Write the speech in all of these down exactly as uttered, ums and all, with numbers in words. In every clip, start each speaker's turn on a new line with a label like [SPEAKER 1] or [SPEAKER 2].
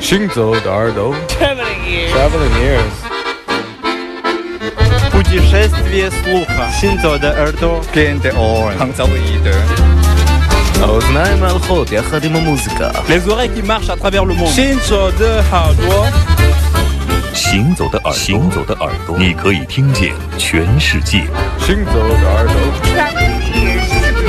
[SPEAKER 1] 行走的耳朵
[SPEAKER 2] Traveling ears.
[SPEAKER 1] Traveling ears
[SPEAKER 3] Путешествие слуха. Синцо де Эрдо.
[SPEAKER 4] Кенте Орн. Хангзалиде.
[SPEAKER 1] האוזניים ההלכות יחד עם המוזיקה.
[SPEAKER 3] Les oreilles qui marchent à travers le monde. Синцо de Хардо.
[SPEAKER 5] 行走的耳朵，行走的耳朵，你可以听见全世界。
[SPEAKER 1] 行走的耳朵
[SPEAKER 2] Traveling ears.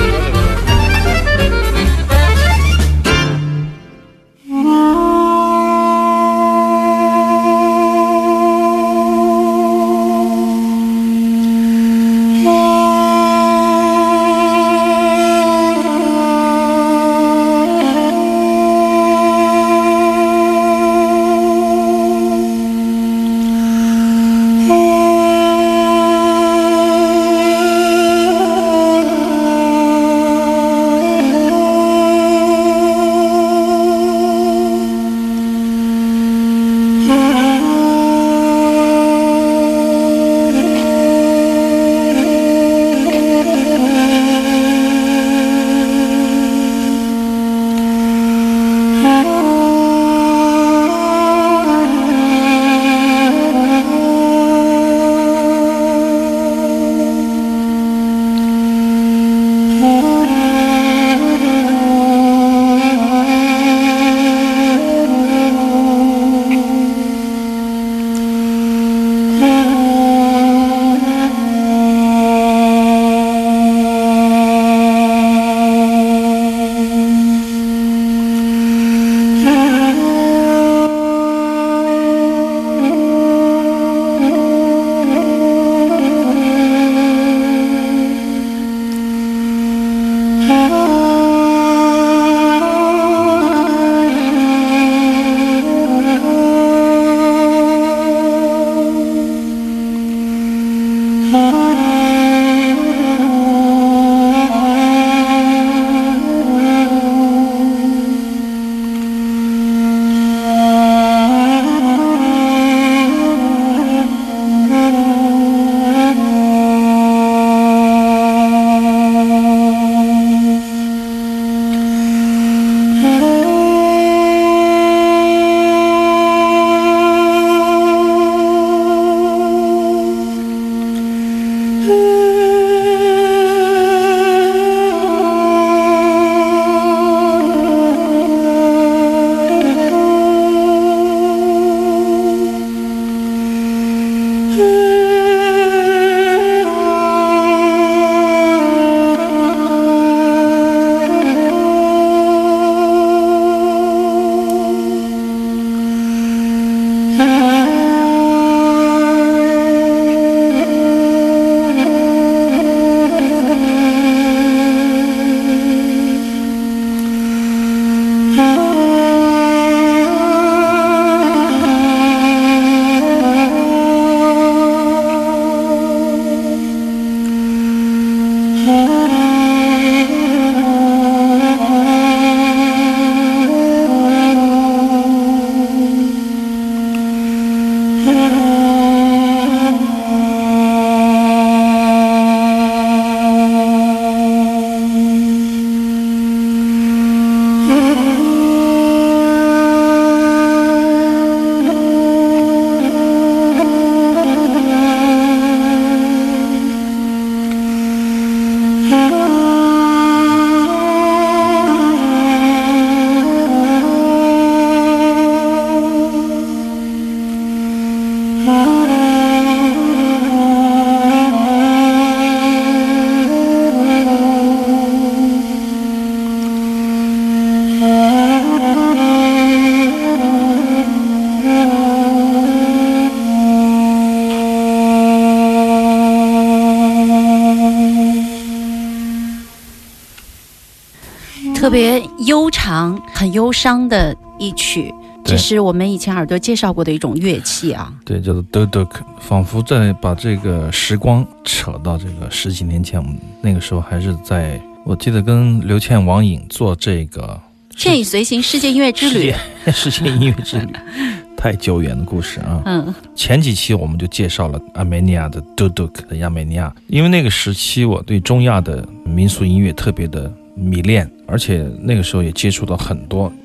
[SPEAKER 6] 特别悠长很忧伤的一曲，这是我们以前耳朵介绍过的一种乐器啊。
[SPEAKER 7] 对，叫做 duduk， 仿佛在把这个时光扯到这个十几年前，我们那个时候还是在，我记得跟刘倩、王颖做这个
[SPEAKER 6] 倩影随行世界音乐之旅，
[SPEAKER 7] 世界音乐之旅太久远的故事啊。
[SPEAKER 6] 嗯，
[SPEAKER 7] 前几期我们就介绍了阿美尼亚的 duduk 的亚美尼亚，因为那个时期我对中亚的民俗音乐特别的迷恋，而且那个时候也接触到很多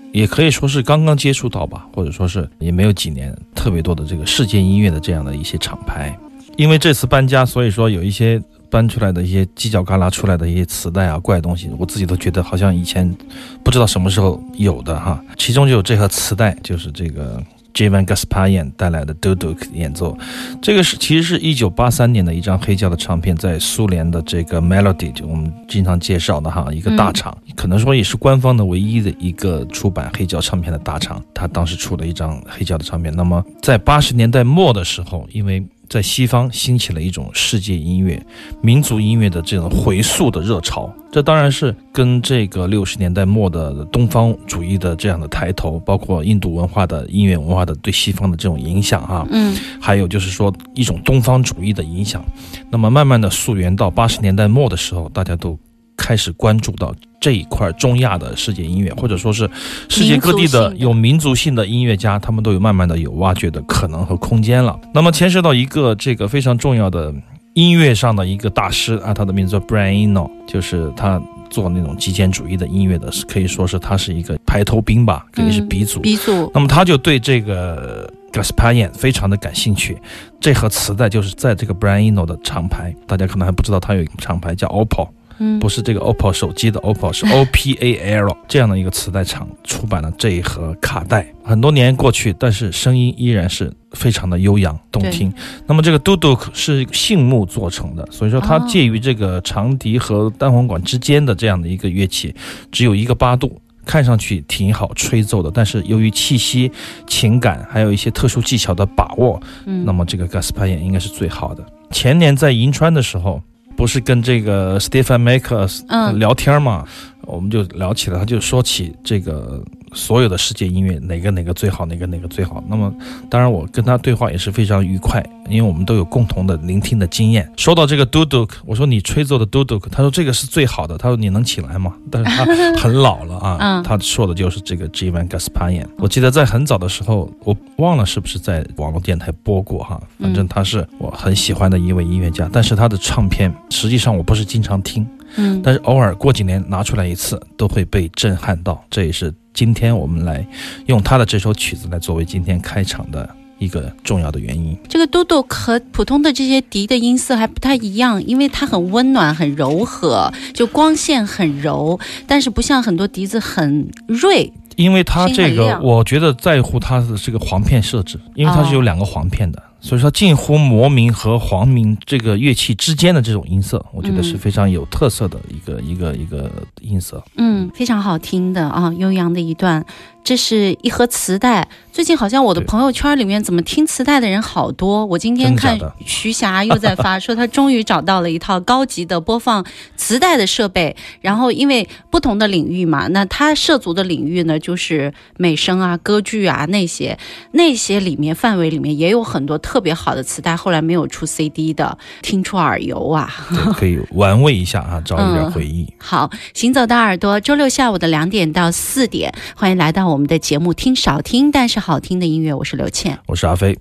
[SPEAKER 7] 也可以说是刚刚接触到吧，或者说是也没有几年特别多的这个世界音乐的这样的一些厂牌。因为这次搬家，所以说有一些搬出来的一些犄角旮旯出来的一些磁带啊怪东西，我自己都觉得好像以前不知道什么时候有的哈。其中就有这盒磁带，就是这个Jivan Gasparyan 带来的 Duduk 演奏，这个是其实是一九八三年的一张黑胶的唱片，在苏联的这个 Melody 就我们经常介绍的哈一个大厂、嗯、可能说也是官方的唯一的一个出版黑胶唱片的大厂，他当时出了一张黑胶的唱片。那么在八十年代末的时候，因为在西方兴起了一种世界音乐、民族音乐的这种回溯的热潮，这当然是跟这个六十年代末的东方主义的这样的抬头，包括印度文化的音乐文化的对西方的这种影响啊，嗯，还有就是说一种东方主义的影响。那么慢慢的溯源到八十年代末的时候，大家都开始关注到这一块中亚的世界音乐，或者说是世界各地的有民族性的音乐家，他们都有慢慢的有挖掘的可能和空间了。那么牵涉到一个这个非常重要的音乐上的一个大师啊，他的名字叫 Brian Eno， 就是他做那种极简主义的音乐的，可以说是他是一个排头兵吧，可以是鼻祖、嗯、
[SPEAKER 6] 鼻祖。那
[SPEAKER 7] 么他就对这个 Gasparyan 非常的感兴趣，这盒磁带就是在这个 Brian Eno 的厂牌，大家可能还不知道他有一个厂牌叫 Oppo，不是这个 O P P O 手机的 O P P O， 是 O P A L 这样的一个磁带厂出版了这一盒卡带。很多年过去，但是声音依然是非常的悠扬动听。那么这个 Duduk 是杏木做成的，所以说它介于这个长笛和单簧管之间的这样的一个乐器，只有一个八度，看上去挺好吹奏的，但是由于气息、情感还有一些特殊技巧的把握，嗯、那么这个 Gasparyan 应该是最好的。前年在银川的时候，不是跟这个 Stefan Maker 聊天嘛、嗯，我们就聊起了，他就说起这个所有的世界音乐哪个哪个最好，哪个哪个最好。那么当然我跟他对话也是非常愉快，因为我们都有共同的聆听的经验。说到这个 Duduk， 我说你吹奏的 Duduk， 他说这个是最好的，他说你能起来吗？但是他很老了啊、嗯、他说的就是这个 Jivan Gasparyan。 我记得在很早的时候，我忘了是不是在网络电台播过哈，反正他是我很喜欢的一位音乐家，但是他的唱片实际上我不是经常听，嗯，但是偶尔过几年拿出来一次都会被震撼到。这也是今天我们来用他的这首曲子来作为今天开场的一个重要的原因。
[SPEAKER 6] 这个 Duduk 和普通的这些笛的音色还不太一样，因为它很温暖很柔和，就光线很柔，但是不像很多笛子很锐。
[SPEAKER 7] 因为它这个我觉得在乎它的这个簧片设置，因为它是有两个簧片的、哦，所以说近乎魔鸣和黄鸣这个乐器之间的这种音色，我觉得是非常有特色的一个、嗯、一个一个音色。
[SPEAKER 6] 嗯，非常好听的啊，悠扬的一段。这是一盒磁带，最近好像我的朋友圈里面怎么听磁带的人好多。我今天看徐霞又在发说他终于找到了一套高级的播放磁带的设备，然后因为不同的领域嘛，那他涉足的领域呢就是美声啊、歌剧啊，那些那些里面范围里面也有很多特别好的磁带，后来没有出 C D 的，听出耳油啊。
[SPEAKER 7] 可以玩味一下啊，找一点回忆、嗯、
[SPEAKER 6] 好，行走的耳朵，周六下午的两点到四点，欢迎来到我们的节目，听少听但是好听的音乐。我是刘倩，
[SPEAKER 7] 我是阿飞。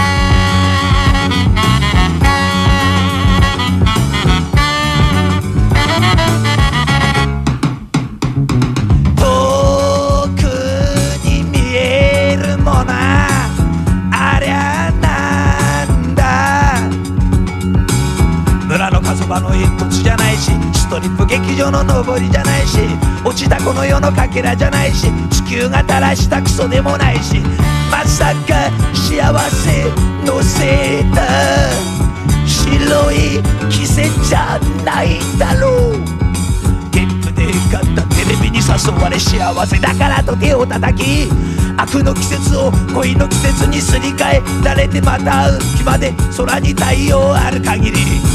[SPEAKER 8] 場の一つじゃないし、ストリップ劇場の上りじゃないし、落ちたこの世のかけらじゃないし、地球が垂らしたクソでもないし、まさか幸せのせいだ白い季節じゃないだろう。ゲップで買ったテレビに誘われ、幸せだからと手を叩き、悪の季節を恋の季節にすり替えられて、また会う日まで空に太陽ある限り、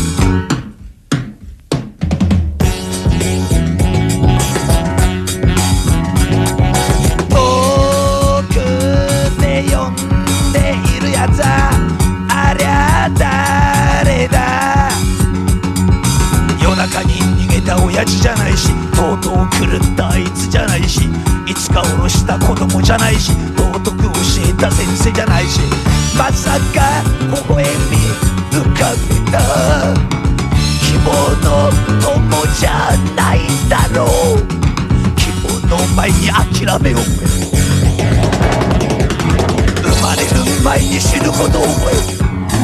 [SPEAKER 8] ありゃ誰だ。夜中に逃げた親父じゃないし、とうとう狂ったあいつじゃないし、いつか下ろした子供じゃないし、道徳教えた先生じゃないし、まさか微笑み浮かべた希望の友じゃないだろう。希望の前に諦めを覚え生まれる前に死ぬことを覚え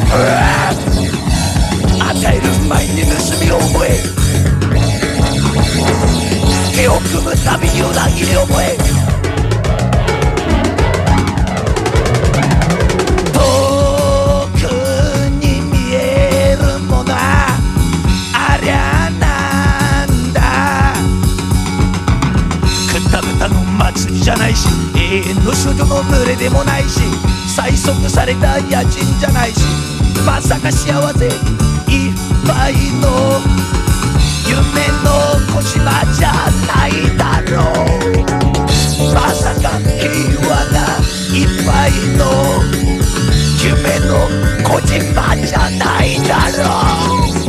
[SPEAKER 8] 与える前に盗みを覚え手を組むたびに裏切りを覚え遠くに見えるものありゃなんだくたくたの祭りじゃないし永遠の処女の群れでもないし催促された野人じゃないしまさか幸せいっぱいの夢の小島じゃないだろうまさか平和がいっぱいの夢の小島じゃないだろう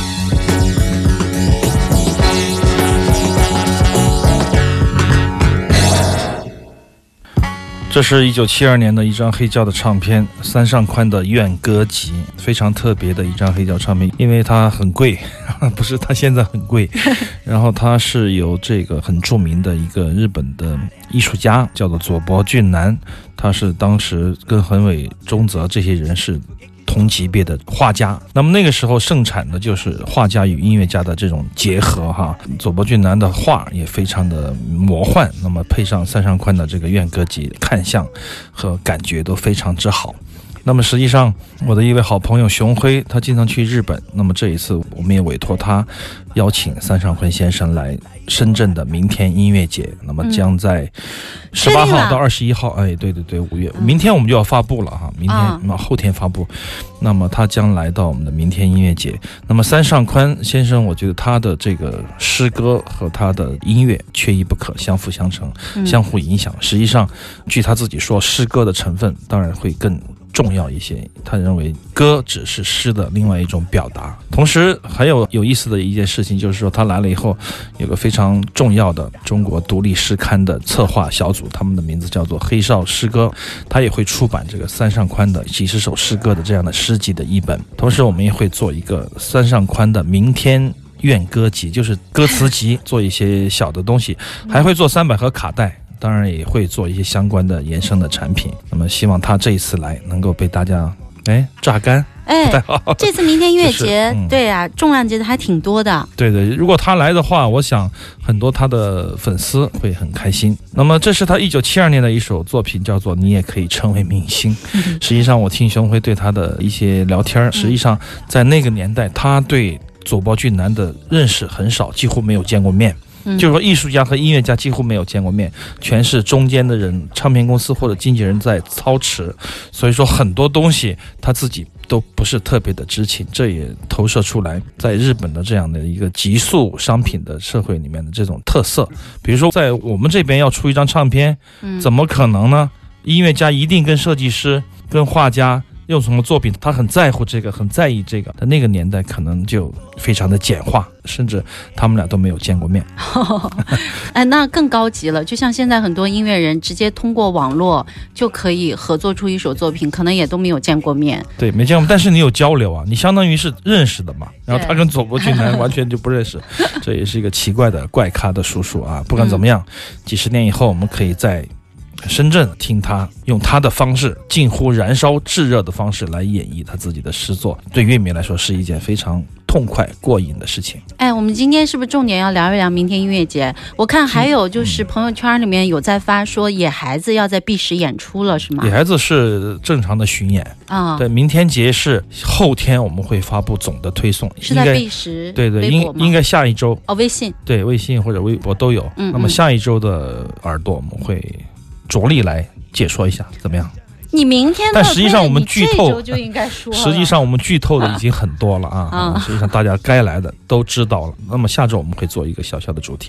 [SPEAKER 7] 这是一九七二年的一张黑胶的唱片，三上宽的《怨歌集》，非常特别的一张黑胶唱片，因为它很贵，不是它现在很贵，然后它是由这个很著名的一个日本的艺术家叫做佐伯俊男，他是当时跟横尾中泽这些人是同级别的画家，那么那个时候盛产的就是画家与音乐家的这种结合哈。佐伯俊男的画也非常的魔幻，那么配上三上宽的这个怨歌集，看相和感觉都非常之好。那么实际上我的一位好朋友熊辉他经常去日本，那么这一次我们也委托他邀请三上宽先生来深圳的明天音乐节，那么将在十八号到二十一号、嗯、哎对对对五月、嗯、明天我们就要发布了哈，明天、啊、后天发布，那么他将来到我们的明天音乐节。那么三上宽先生我觉得他的这个诗歌和他的音乐缺一不可，相辅相成、嗯、相互影响，实际上据他自己说诗歌的成分当然会更重要一些，他认为歌只是诗的另外一种表达。同时还有有意思的一件事情就是说，他来了以后有个非常重要的中国独立诗刊的策划小组，他们的名字叫做黑少诗歌，他也会出版这个三上宽的几十首诗歌的这样的诗集的一本。同时我们也会做一个三上宽的明天怨歌集，就是歌词集，做一些小的东西，还会做三百盒卡带，当然也会做一些相关的延伸的产品。那么希望他这一次来能够被大家哎榨干。
[SPEAKER 6] 哎，这次明天音乐节、就是嗯、对啊，重量级的还挺多的。对对，如果他来的话，我想很多他的粉丝会很开心。那么这是他一九七二年的一首作品，叫做《你也可以成为明星》。嗯、实际上我听熊辉对他的一些聊天，实际上在那个年代他对佐伯俊男的认识很少，几乎没有见过面。就是说艺术家和音乐家几乎没有见过面，全是中间的人，唱片公司或者经纪人在操持，所以说很多东西他自己都不是特别的知情，这也投射出来在日本的这样的一个急速商品的社会里面的这种特色。比如说在我们这边要出一张唱片，怎么可能呢？音乐家一定跟设计师跟画家用什么作品，他很在乎这个，很在意这个。在那个年代可能就非常的简化，甚至他们俩都没有见过面。 哎，那更高级了，就像现在很多音乐人直接通过网络就可以合作出一首作品，可能也都没有见过面。对，没见过，但是你有交流啊，你相当于是认识的嘛。然后他跟佐伯俊男完全就不认识，这也是一个奇怪的怪咖的叔叔啊。不管怎么样，嗯、几十年以后我们可以在深圳听他用他的方式，近乎燃烧炙热的方式来演绎他自己的诗作，对乐迷来说是一件非常痛快过瘾的事情。哎，我们今天是不是重点要聊一聊明天音乐节？我看还有就是朋友圈里面有在发说野孩子要在 B 十演出了，是吗？野孩子是正常的巡演啊、嗯，对，明天节是后天我们会发布总的推送，是在 B 十，对对，应应该下一周哦，微信对微信或者微博都有。嗯嗯，那么下一周的耳朵我们会着力来解说一下，怎么样？你明天的，但实际上我们剧透就应该说，实际上我们剧透的已经很多了啊。啊实际上大家该来的都知道了。那么下周我们会做一个小小的主题。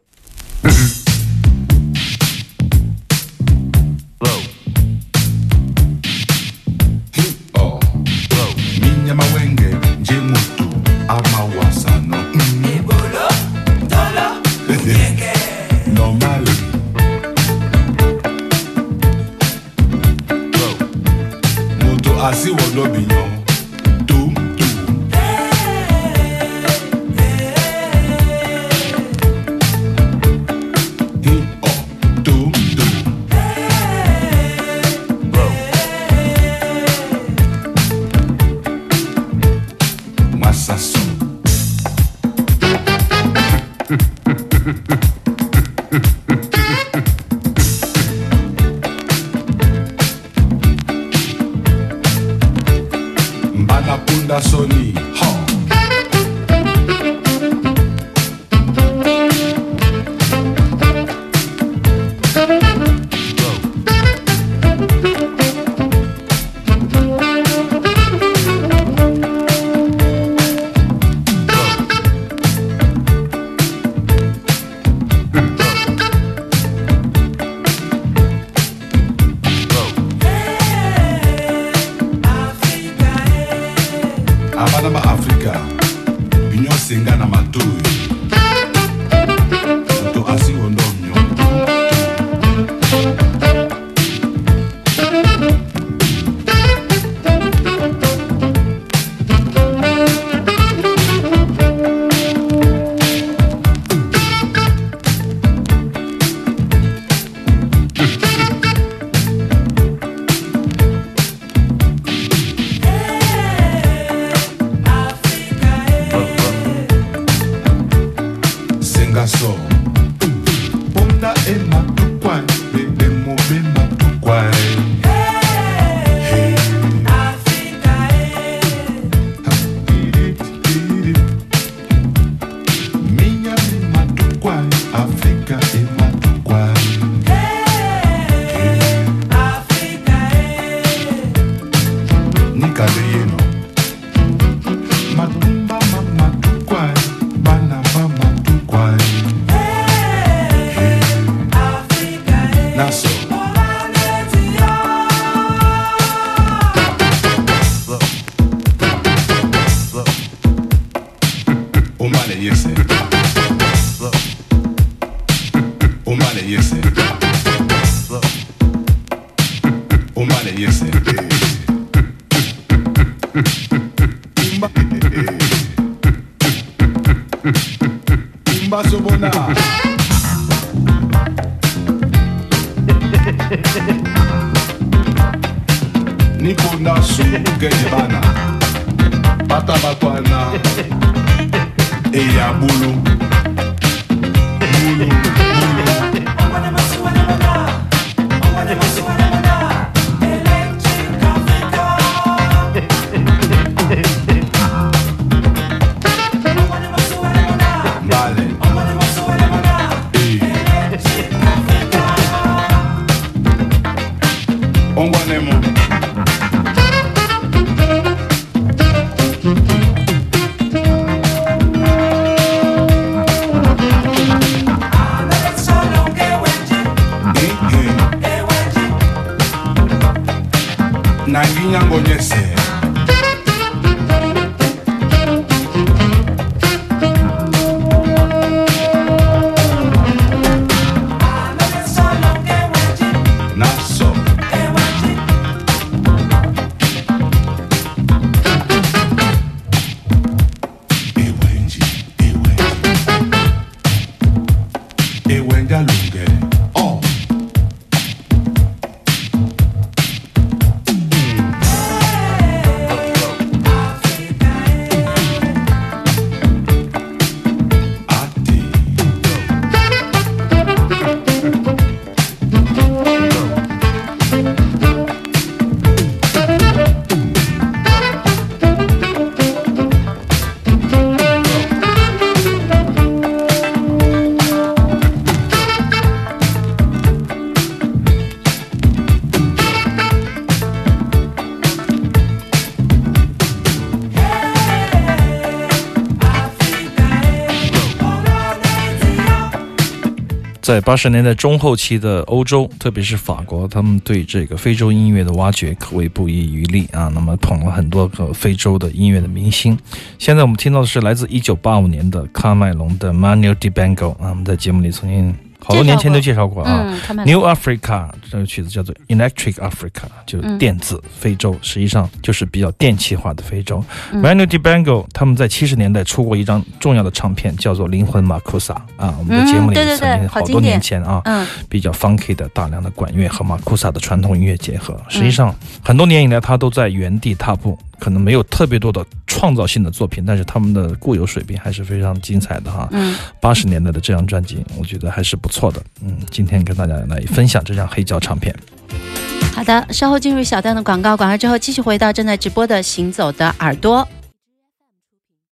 [SPEAKER 9] Asi wodo binyo tum tum hip hop Honda Sony ha abana ba Afrika binyo senga na matoi to asiwo ndomyo so Ponda e matukwai Bebe mobe matukwai Hey Africa e Minha me matukwai Africa e matukwai Hey Africa e Nika de yeno Matumba mama matukwai Bana mama matukwai Naso Umale yese Umale yese Umale yese Umba Umba sobona Nikonda suke bana Pata bakwana Eya bulu Bulu Bulu Vale Ongwanemo Nanginya ngonyese Naso Ewenji Ewenji Ewenja lunge Oh
[SPEAKER 7] 在八十年代中后期的欧洲，特别是法国，他们对这个非洲音乐的挖掘可谓不遗余力啊。那么捧了很多个非洲的音乐的明星。现在我们听到的是来自一九八五年的喀麦隆的 Manu Dibango 啊，我们在节目里曾经好多年前都介绍过啊。
[SPEAKER 6] 嗯、
[SPEAKER 7] New Africa 这个曲子叫做 Electric Africa， 就是电子非洲，实际上就是比较电气化的非洲。嗯、Manu Dibango 他们在七十年代出过一张重要的唱片，叫做《灵魂马库萨》啊。我们的节目里曾经好多年前啊，嗯、比较 funky 的大量的管乐和马库萨的传统音乐结合。实际上、嗯、很多年以来，他都在原地踏步。可能没有特别多的创造性的作品，但是他们的固有水平还是非常精彩的哈。嗯，八十年代的这张专辑，我觉得还是不错的。嗯，今天跟大家来分享这张黑胶唱片。
[SPEAKER 6] 好的，稍后进入小段的广告，广告之后继续回到正在直播的行走的耳朵。